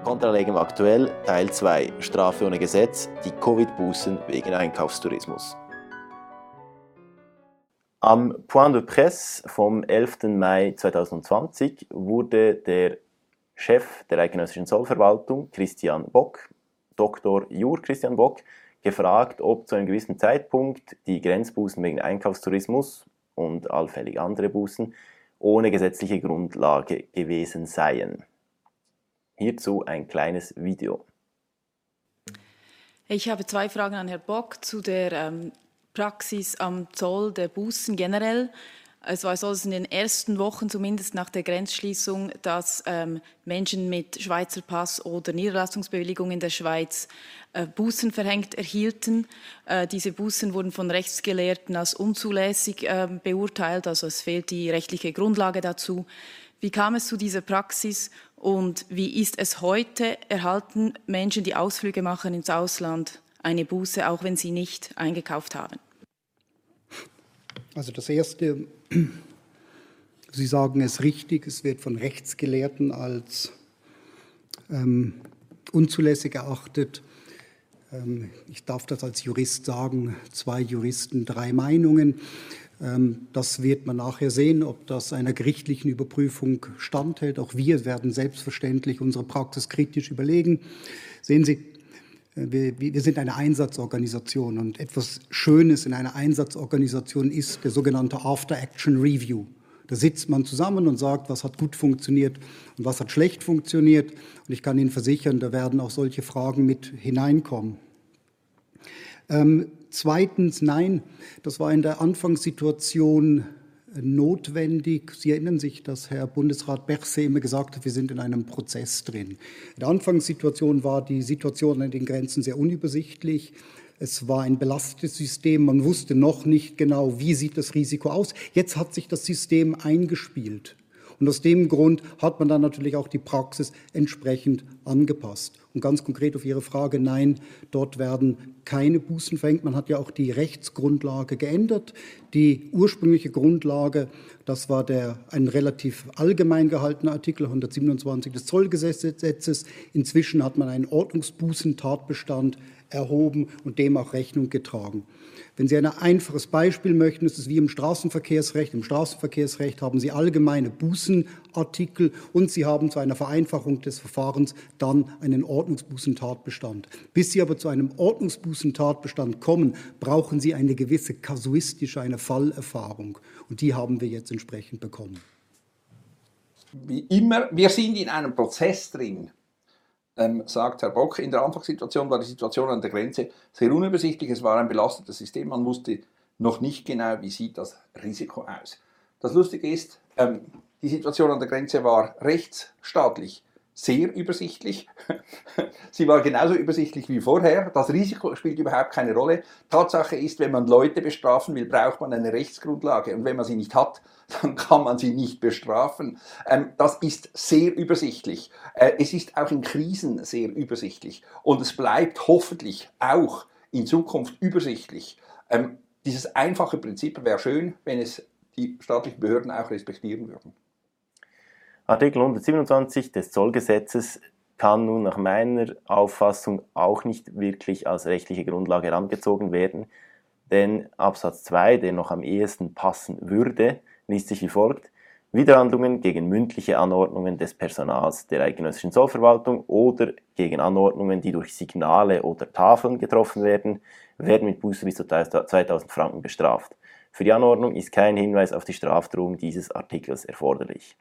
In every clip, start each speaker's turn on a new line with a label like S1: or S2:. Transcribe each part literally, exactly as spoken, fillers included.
S1: Contra-Legem aktuell, Teil zwei, Strafe ohne Gesetz, die Covid-Bußen wegen Einkaufstourismus. Am Point de Presse vom elften Mai zweitausendzwanzig wurde der Chef der Eidgenössischen Zollverwaltung, Christian Bock, Doktor Jur Christian Bock, gefragt, ob zu einem gewissen Zeitpunkt die Grenzbußen wegen Einkaufstourismus und allfällig andere Bußen ohne gesetzliche Grundlage gewesen seien. Hierzu ein kleines Video.
S2: Ich habe zwei Fragen an Herrn Bock zu der ähm, Praxis am Zoll der Bußen generell. Es war so, dass in den ersten Wochen, zumindest nach der Grenzschließung, dass ähm, Menschen mit Schweizer Pass oder Niederlassungsbewilligung in der Schweiz äh, Bußen verhängt erhielten. Äh, diese Bußen wurden von Rechtsgelehrten als unzulässig äh, beurteilt, also es fehlt die rechtliche Grundlage dazu. Wie kam es zu dieser Praxis und wie ist es heute? Erhalten Menschen, die Ausflüge machen ins Ausland, eine Buße, auch wenn sie nicht eingekauft haben?
S3: Also das Erste, Sie sagen es richtig, es wird von Rechtsgelehrten als ähm, unzulässig erachtet. Ähm, ich darf das als Jurist sagen, zwei Juristen, drei Meinungen. Ähm, das wird man nachher sehen, ob das einer gerichtlichen Überprüfung standhält. Auch wir werden selbstverständlich unsere Praxis kritisch überlegen. Sehen Sie, Wir, wir sind eine Einsatzorganisation und etwas Schönes in einer Einsatzorganisation ist der sogenannte After-Action-Review. Da sitzt man zusammen und sagt, was hat gut funktioniert und was hat schlecht funktioniert. Und ich kann Ihnen versichern, da werden auch solche Fragen mit hineinkommen. Ähm, zweitens, nein, das war in der Anfangssituation notwendig. Sie erinnern sich, dass Herr Bundesrat Berset immer gesagt hat, wir sind in einem Prozess drin. In der Anfangssituation war die Situation an den Grenzen sehr unübersichtlich. Es war ein belastetes System. Man wusste noch nicht genau, wie sieht das Risiko aus. Jetzt hat sich das System eingespielt. Und aus dem Grund hat man dann natürlich auch die Praxis entsprechend angepasst. Und ganz konkret auf Ihre Frage, nein, dort werden keine Bußen verhängt. Man hat ja auch die Rechtsgrundlage geändert. Die ursprüngliche Grundlage, das war der, ein relativ allgemein gehaltener Artikel hundertsiebenundzwanzig des Zollgesetzes. Inzwischen hat man einen Ordnungsbußentatbestand erhoben und dem auch Rechnung getragen. Wenn Sie ein einfaches Beispiel möchten, ist es wie im Straßenverkehrsrecht. Im Straßenverkehrsrecht haben Sie allgemeine Bußenartikel und Sie haben zu einer Vereinfachung des Verfahrens dann einen Ordnungsbußentatbestand. Bis Sie aber zu einem Ordnungsbußentatbestand kommen, brauchen Sie eine gewisse kasuistische, eine Fallerfahrung. Und die haben wir jetzt entsprechend bekommen.
S4: Wie immer, wir sind in einem Prozess drin. Ähm, sagt Herr Bock, in der Anfangssituation war die Situation an der Grenze sehr unübersichtlich, es war ein belastetes System, man wusste noch nicht genau, wie sieht das Risiko aus. Das Lustige ist, ähm, die Situation an der Grenze war rechtsstaatlich sehr übersichtlich. Sie war genauso übersichtlich wie vorher. Das Risiko spielt überhaupt keine Rolle. Tatsache ist, wenn man Leute bestrafen will, braucht man eine Rechtsgrundlage. Und wenn man sie nicht hat, dann kann man sie nicht bestrafen. Ähm, das ist sehr übersichtlich. Äh, es ist auch in Krisen sehr übersichtlich. Und es bleibt hoffentlich auch in Zukunft übersichtlich. Ähm, dieses einfache Prinzip wäre schön, wenn es die staatlichen Behörden auch respektieren würden.
S1: Artikel hundertsiebenundzwanzig des Zollgesetzes kann nun nach meiner Auffassung auch nicht wirklich als rechtliche Grundlage herangezogen werden, denn Absatz zwei, der noch am ehesten passen würde, liest sich wie folgt: Widerhandlungen gegen mündliche Anordnungen des Personals der Eidgenössischen Zollverwaltung oder gegen Anordnungen, die durch Signale oder Tafeln getroffen werden, werden mit Buße bis zu zweitausend Franken bestraft. Für die Anordnung ist kein Hinweis auf die Strafdrohung dieses Artikels erforderlich.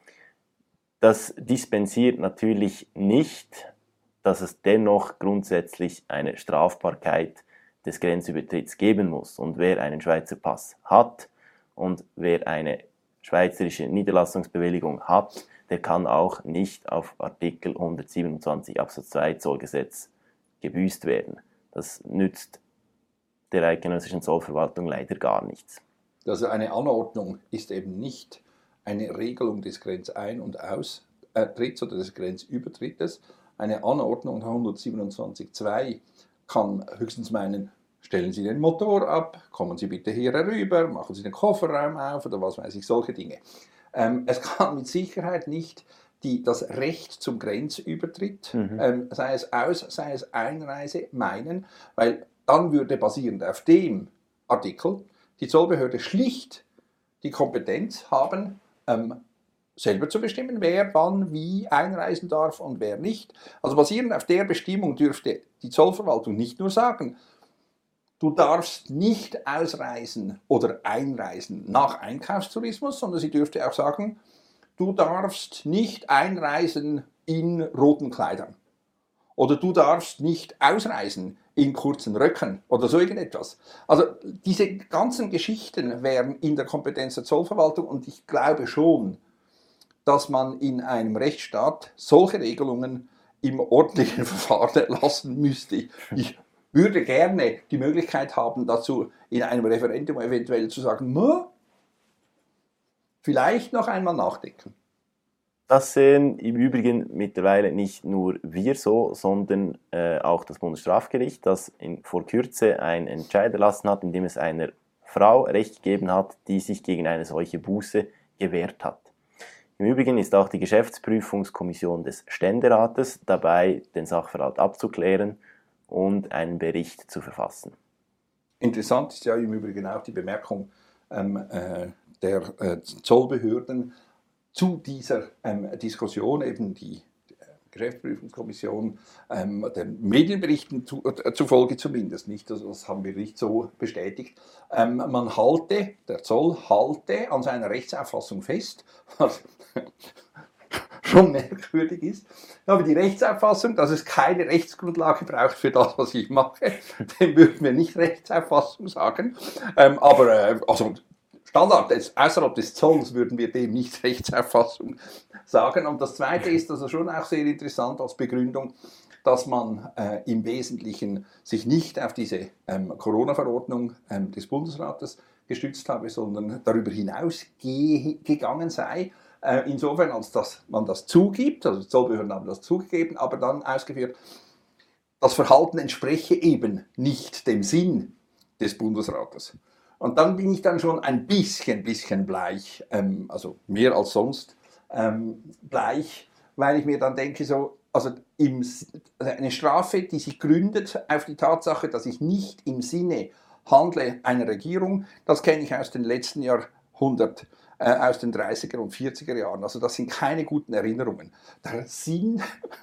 S1: Das dispensiert natürlich nicht, dass es dennoch grundsätzlich eine Strafbarkeit des Grenzübertritts geben muss. Und wer einen Schweizer Pass hat und wer eine schweizerische Niederlassungsbewilligung hat, der kann auch nicht auf Artikel hundertsiebenundzwanzig Absatz zwei Zollgesetz gebüßt werden. Das nützt der Eidgenössischen Zollverwaltung leider gar nichts.
S4: Also eine Anordnung ist eben nicht eine Regelung des Grenzein- und Austritts oder des Grenzübertrittes. Eine Anordnung hundertsiebenundzwanzig Absatz zwei kann höchstens meinen, stellen Sie den Motor ab, kommen Sie bitte hier herüber, machen Sie den Kofferraum auf oder was weiß ich, solche Dinge. Ähm, es kann mit Sicherheit nicht die das Recht zum Grenzübertritt,
S1: Mhm.
S4: ähm, sei es Aus-, sei es Einreise, meinen, weil dann würde basierend auf dem Artikel die Zollbehörde schlicht die Kompetenz haben, ähm, selber zu bestimmen, wer wann wie einreisen darf und wer nicht. Also basierend auf der Bestimmung dürfte die Zollverwaltung nicht nur sagen, du darfst nicht ausreisen oder einreisen nach Einkaufstourismus, sondern sie dürfte auch sagen, du darfst nicht einreisen in roten Kleidern. Oder du darfst nicht ausreisen in kurzen Röcken oder so irgendetwas. Also diese ganzen Geschichten wären in der Kompetenz der Zollverwaltung und ich glaube schon, dass man in einem Rechtsstaat solche Regelungen im ordentlichen Verfahren lassen müsste. Ich würde gerne die Möglichkeit haben, dazu in einem Referendum eventuell zu sagen, no, vielleicht noch einmal nachdenken.
S1: Das sehen im Übrigen mittlerweile nicht nur wir so, sondern äh, auch das Bundesstrafgericht, das in, vor Kürze einen Entscheid erlassen hat, in dem es einer Frau Recht gegeben hat, die sich gegen eine solche Buße gewehrt hat. Im Übrigen ist auch die Geschäftsprüfungskommission des Ständerates dabei, den Sachverhalt abzuklären und einen Bericht zu verfassen.
S4: Interessant ist ja im Übrigen auch die Bemerkung ähm, äh, der äh, Zollbehörden zu dieser ähm, Diskussion, eben die Geschäftsprüfungskommission, ähm, den Medienberichten zu, äh, zufolge zumindest nicht, also das haben wir nicht so bestätigt, ähm, man halte, der Zoll halte an seiner Rechtsauffassung fest, was schon merkwürdig ist, aber die Rechtsauffassung, dass es keine Rechtsgrundlage braucht für das, was ich mache, dem würden wir nicht Rechtsauffassung sagen, ähm, aber äh, also Standard, des, außerhalb des Zolls würden wir dem nicht Rechtsauffassung sagen. Und das Zweite ist also schon auch sehr interessant als Begründung, dass man äh, im Wesentlichen sich nicht auf diese ähm, Corona-Verordnung ähm, des Bundesrates gestützt habe, sondern darüber hinaus ge- gegangen sei. Äh, insofern, als dass man das zugibt, also die Zollbehörden haben das zugegeben, aber dann ausgeführt, das Verhalten entspreche eben nicht dem Sinn des Bundesrates. Und dann bin ich dann schon ein bisschen, bisschen bleich, ähm, also mehr als sonst ähm, bleich, weil ich mir dann denke, so, also im, eine Strafe, die sich gründet auf die Tatsache, dass ich nicht im Sinne handle einer Regierung, das kenne ich aus den letzten Jahrhunderten, äh, aus den dreißiger und vierziger Jahren. Also das sind keine guten Erinnerungen. Der Sinn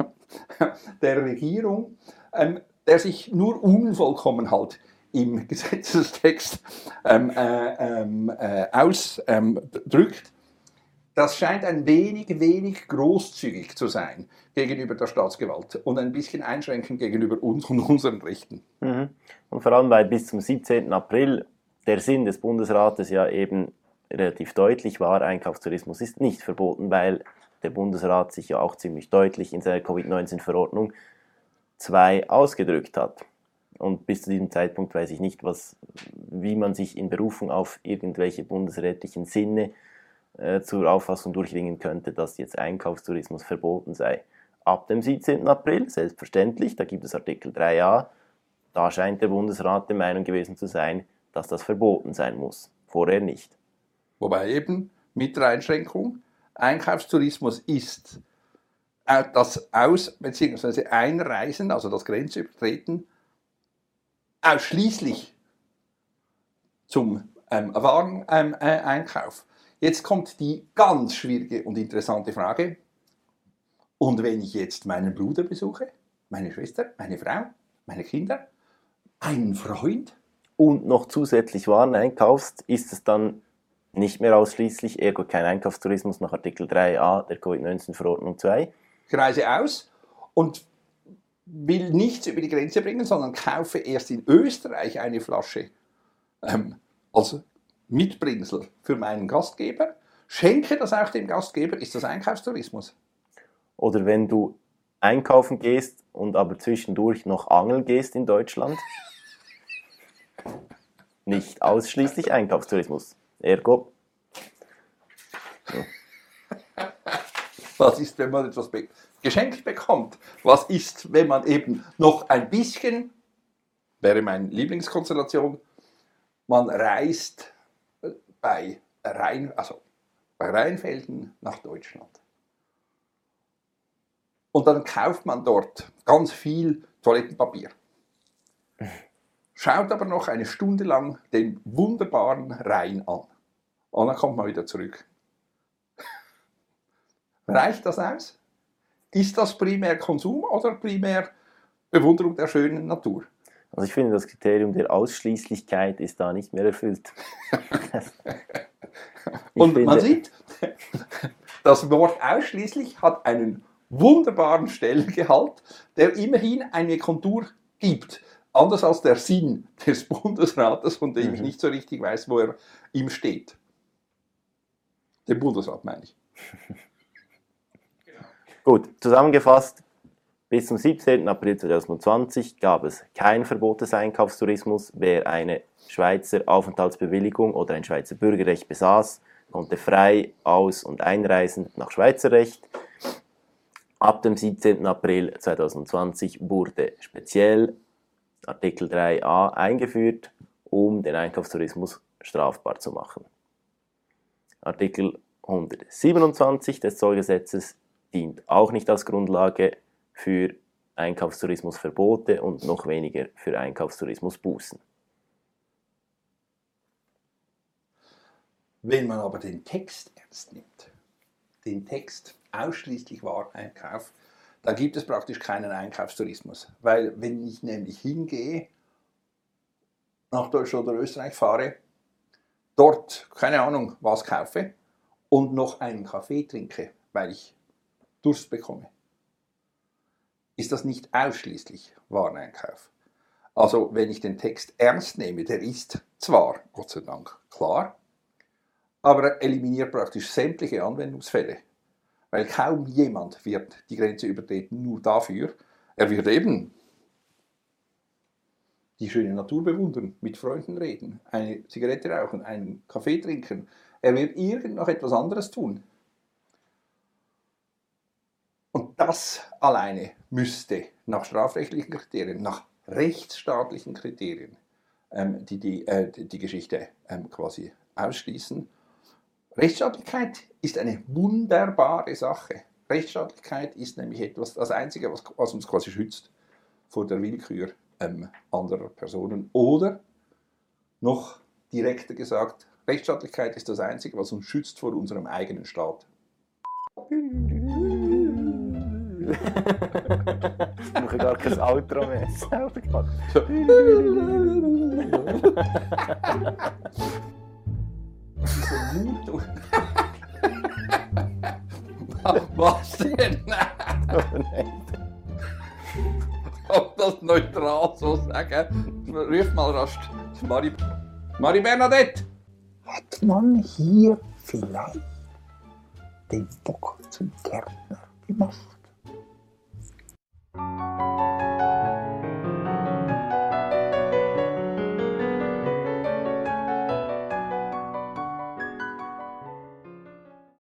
S4: der Regierung, ähm, der sich nur unvollkommen halt im Gesetzestext ähm, äh, äh, ausdrückt, das scheint ein wenig, wenig großzügig zu sein gegenüber der Staatsgewalt und ein bisschen einschränkend gegenüber uns und unseren Rechten.
S1: Mhm. Und vor allem, weil bis zum siebzehnten April der Sinn des Bundesrates ja eben relativ deutlich war, Einkaufstourismus ist nicht verboten, weil der Bundesrat sich ja auch ziemlich deutlich in seiner Covid neunzehn Verordnung zwei ausgedrückt hat. Und bis zu diesem Zeitpunkt weiß ich nicht, was, wie man sich in Berufung auf irgendwelche bundesrätlichen Sinne äh, zur Auffassung durchringen könnte, dass jetzt Einkaufstourismus verboten sei. Ab dem siebzehnten April, selbstverständlich, da gibt es Artikel drei a, da scheint der Bundesrat der Meinung gewesen zu sein, dass das verboten sein muss. Vorher nicht.
S4: Wobei eben mit der Einschränkung, Einkaufstourismus ist das Aus- bzw. Einreisen, also das Grenzübertreten, ausschließlich zum ähm, Wareneinkauf. Ähm, äh, jetzt kommt die ganz schwierige und interessante Frage. Und wenn ich jetzt meinen Bruder besuche, meine Schwester, meine Frau, meine Kinder, einen Freund
S1: und noch zusätzlich Waren einkaufst, ist es dann nicht mehr ausschließlich, ergo kein Einkaufstourismus nach Artikel drei a der Covid neunzehn Verordnung zwei.
S4: Ich reise aus und will nichts über die Grenze bringen, sondern kaufe erst in Österreich eine Flasche ähm, als Mitbringsel für meinen Gastgeber, schenke das auch dem Gastgeber, ist das Einkaufstourismus?
S1: Oder wenn du einkaufen gehst und aber zwischendurch noch angeln gehst in Deutschland, nicht ausschließlich Einkaufstourismus. Ergo. Ja.
S4: Was ist, wenn man etwas be- geschenkt bekommt? Was ist, wenn man eben noch ein bisschen, wäre meine Lieblingskonstellation, man reist bei, Rhein, also bei Rheinfelden nach Deutschland. Und dann kauft man dort ganz viel Toilettenpapier. Schaut aber noch eine Stunde lang den wunderbaren Rhein an. Und dann kommt man wieder zurück. Reicht das aus? Ist das primär Konsum oder primär Bewunderung der schönen Natur?
S1: Also ich finde, das Kriterium der Ausschließlichkeit ist da nicht mehr erfüllt.
S4: Und
S1: finde,
S4: man sieht, das Wort ausschließlich hat einen wunderbaren Stellengehalt, der immerhin eine Kontur gibt. Anders als der Sinn des Bundesrates, von dem mhm. ich nicht so richtig weiß, wo er ihm steht. Der Bundesrat meine ich.
S1: Gut, zusammengefasst, bis zum siebzehnten April zweitausendzwanzig gab es kein Verbot des Einkaufstourismus. Wer eine Schweizer Aufenthaltsbewilligung oder ein Schweizer Bürgerrecht besaß, konnte frei aus- und einreisen nach Schweizer Recht. Ab dem siebzehnten April zweitausendzwanzig wurde speziell Artikel drei a eingeführt, um den Einkaufstourismus strafbar zu machen. Artikel hundertsiebenundzwanzig des Zollgesetzes dient auch nicht als Grundlage für Einkaufstourismusverbote und noch weniger für Einkaufstourismusbußen.
S4: Wenn man aber den Text ernst nimmt, den Text ausschließlich Wareneinkauf, dann gibt es praktisch keinen Einkaufstourismus. Weil wenn ich nämlich hingehe, nach Deutschland oder Österreich fahre, dort, keine Ahnung, was kaufe und noch einen Kaffee trinke, weil ich Durst bekomme, ist das nicht ausschließlich Wareneinkauf. Also wenn ich den Text ernst nehme, der ist zwar, Gott sei Dank, klar, aber er eliminiert praktisch sämtliche Anwendungsfälle. Weil kaum jemand wird die Grenze übertreten nur dafür, er wird eben die schöne Natur bewundern, mit Freunden reden, eine Zigarette rauchen, einen Kaffee trinken. Er wird irgend noch etwas anderes tun. Und das alleine müsste nach strafrechtlichen Kriterien, nach rechtsstaatlichen Kriterien, ähm, die, die, äh, die Geschichte ähm, quasi ausschließen. Rechtsstaatlichkeit ist eine wunderbare Sache. Rechtsstaatlichkeit ist nämlich etwas, das Einzige, was, was uns quasi schützt vor der Willkür ähm, anderer Personen. Oder, noch direkter gesagt, Rechtsstaatlichkeit ist das Einzige, was uns schützt vor unserem eigenen Staat.
S1: Ich mache gar kein Outro mehr.
S4: Was denn? Ob das neutral so sagen? Ruf mal rasch Marie, Marie Bernadette!
S5: Hat man hier vielleicht den Bock zum Gärtner gemacht?